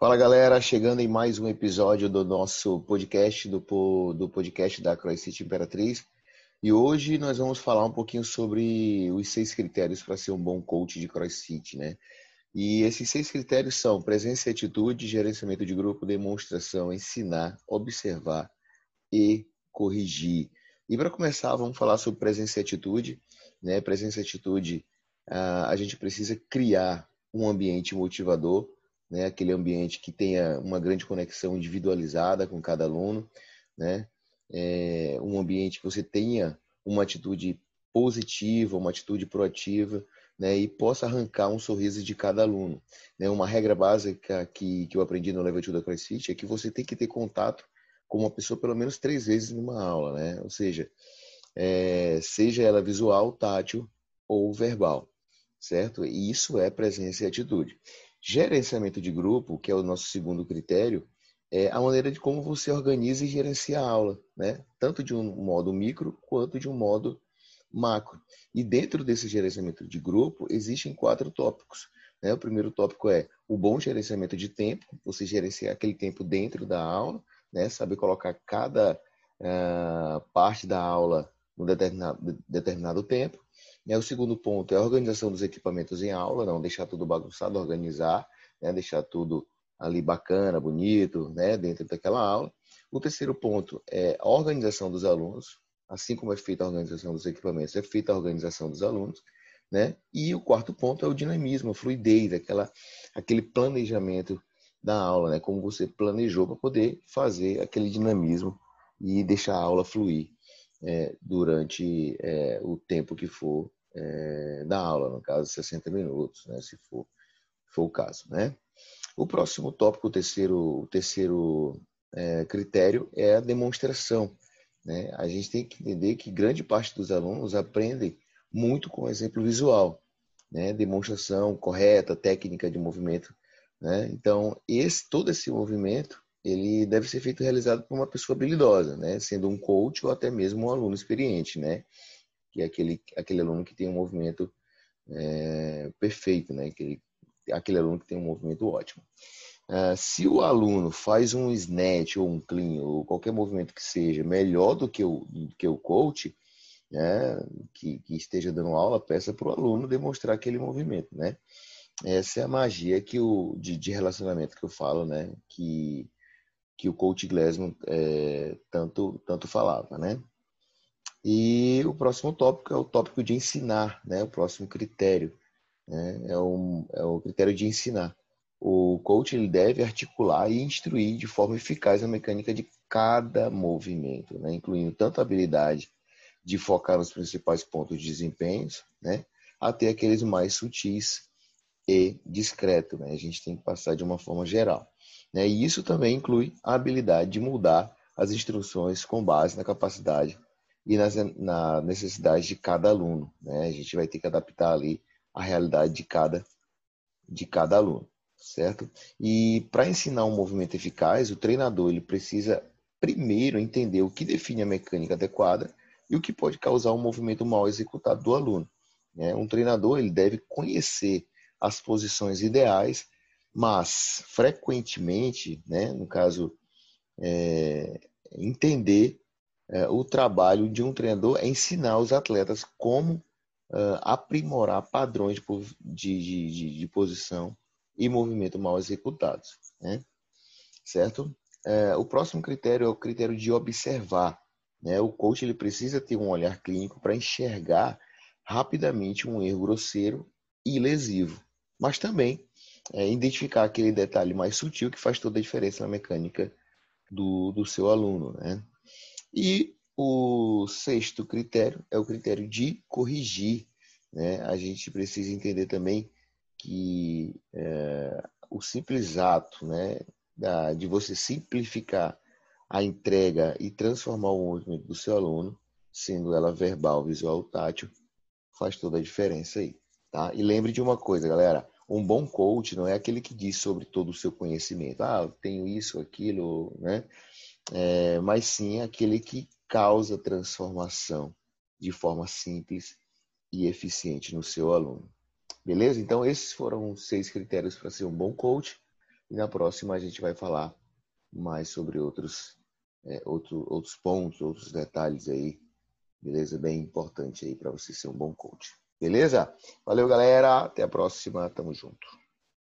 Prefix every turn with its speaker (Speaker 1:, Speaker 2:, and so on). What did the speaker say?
Speaker 1: Fala galera, chegando em mais um episódio do nosso podcast, do podcast da CrossFit Imperatriz. E hoje nós vamos falar um pouquinho sobre os 6 critérios para ser um bom coach de CrossFit, né? E esses 6 critérios são presença e atitude, gerenciamento de grupo, demonstração, ensinar, observar e corrigir. E para começar, vamos falar sobre presença e atitude, né? Presença e atitude, a gente precisa criar um ambiente motivador, né? Aquele ambiente que tenha uma grande conexão individualizada com cada aluno, né? Um ambiente que você tenha uma atitude positiva, uma atitude proativa, né? E possa arrancar um sorriso de cada aluno, né? Uma regra básica que eu aprendi no Level 2 da CrossFit é que você tem que ter contato com uma pessoa pelo menos 3 vezes numa aula, né? Ou seja, seja ela visual, tátil ou verbal, certo? E isso é presença e atitude. Gerenciamento de grupo, que é o nosso segundo critério, é a maneira de como você organiza e gerencia a aula, né? Tanto de um modo micro quanto de um modo macro. E dentro desse gerenciamento de grupo, existem 4 tópicos, né? O primeiro tópico é o bom gerenciamento de tempo, você gerenciar aquele tempo dentro da aula, né? Saber colocar cada parte da aula num determinado tempo. O segundo ponto é a organização dos equipamentos em aula, não deixar tudo bagunçado, organizar, né? Deixar tudo ali bacana, bonito, né? Dentro daquela aula. O terceiro ponto é a organização dos alunos, assim como é feita a organização dos equipamentos, é feita a organização dos alunos, né? E o quarto ponto é o dinamismo, a fluidez, aquele planejamento da aula, né? Como você planejou para poder fazer aquele dinamismo e deixar a aula fluir durante o tempo que for da aula, no caso 60 minutos, né? Se for o caso, né? O próximo tópico, o terceiro critério é a demonstração, né? A gente tem que entender que grande parte dos alunos aprendem muito com exemplo visual, né? Demonstração correta, técnica de movimento, né? Então, todo esse movimento ele deve ser feito realizado por uma pessoa habilidosa, né? Sendo um coach ou até mesmo um aluno experiente, né? Que é aquele aluno que tem um movimento perfeito, né? Aquele aluno que tem um movimento ótimo. Se o aluno faz um snatch ou um clean ou qualquer movimento que seja melhor do que o coach, né, que esteja dando aula, peça para o aluno demonstrar aquele movimento, né? Essa é a magia de relacionamento que eu falo, né? Que o coach Glassman tanto falava, né? E o próximo tópico é o tópico de ensinar, né? O próximo critério, né? É o critério de ensinar. O coach ele deve articular e instruir de forma eficaz a mecânica de cada movimento, né? Incluindo tanto a habilidade de focar nos principais pontos de desempenho, né? Até aqueles mais sutis e discretos, né? A gente tem que passar de uma forma geral, né? E isso também inclui a habilidade de mudar as instruções com base na capacidade e na necessidade de cada aluno, né? A gente vai ter que adaptar ali a realidade de cada aluno, certo? E para ensinar um movimento eficaz, o treinador ele precisa primeiro entender o que define a mecânica adequada e o que pode causar um movimento mal executado do aluno, né? Um treinador ele deve conhecer as posições ideais, mas frequentemente, né, no caso, entender o trabalho de um treinador é ensinar os atletas como aprimorar padrões de posição e movimento mal executados, né? Certo? O próximo critério é o critério de observar, né? O coach ele precisa ter um olhar clínico para enxergar rapidamente um erro grosseiro e lesivo, mas também identificar aquele detalhe mais sutil que faz toda a diferença na mecânica do seu aluno, né? E o sexto critério é o critério de corrigir, né? A gente precisa entender também que o simples ato, né, de você simplificar a entrega e transformar o movimento do seu aluno, sendo ela verbal, visual ou tátil, faz toda a diferença aí, tá? E lembre de uma coisa, galera, um bom coach não é aquele que diz sobre todo o seu conhecimento. Ah, eu tenho isso, aquilo, né? Mas sim aquele que causa transformação de forma simples e eficiente no seu aluno. Beleza? Então, esses foram os 6 critérios para ser um bom coach. E na próxima a gente vai falar mais sobre outros pontos, outros detalhes aí, beleza? Bem importante aí para você ser um bom coach. Beleza? Valeu, galera. Até a próxima. Tamo junto.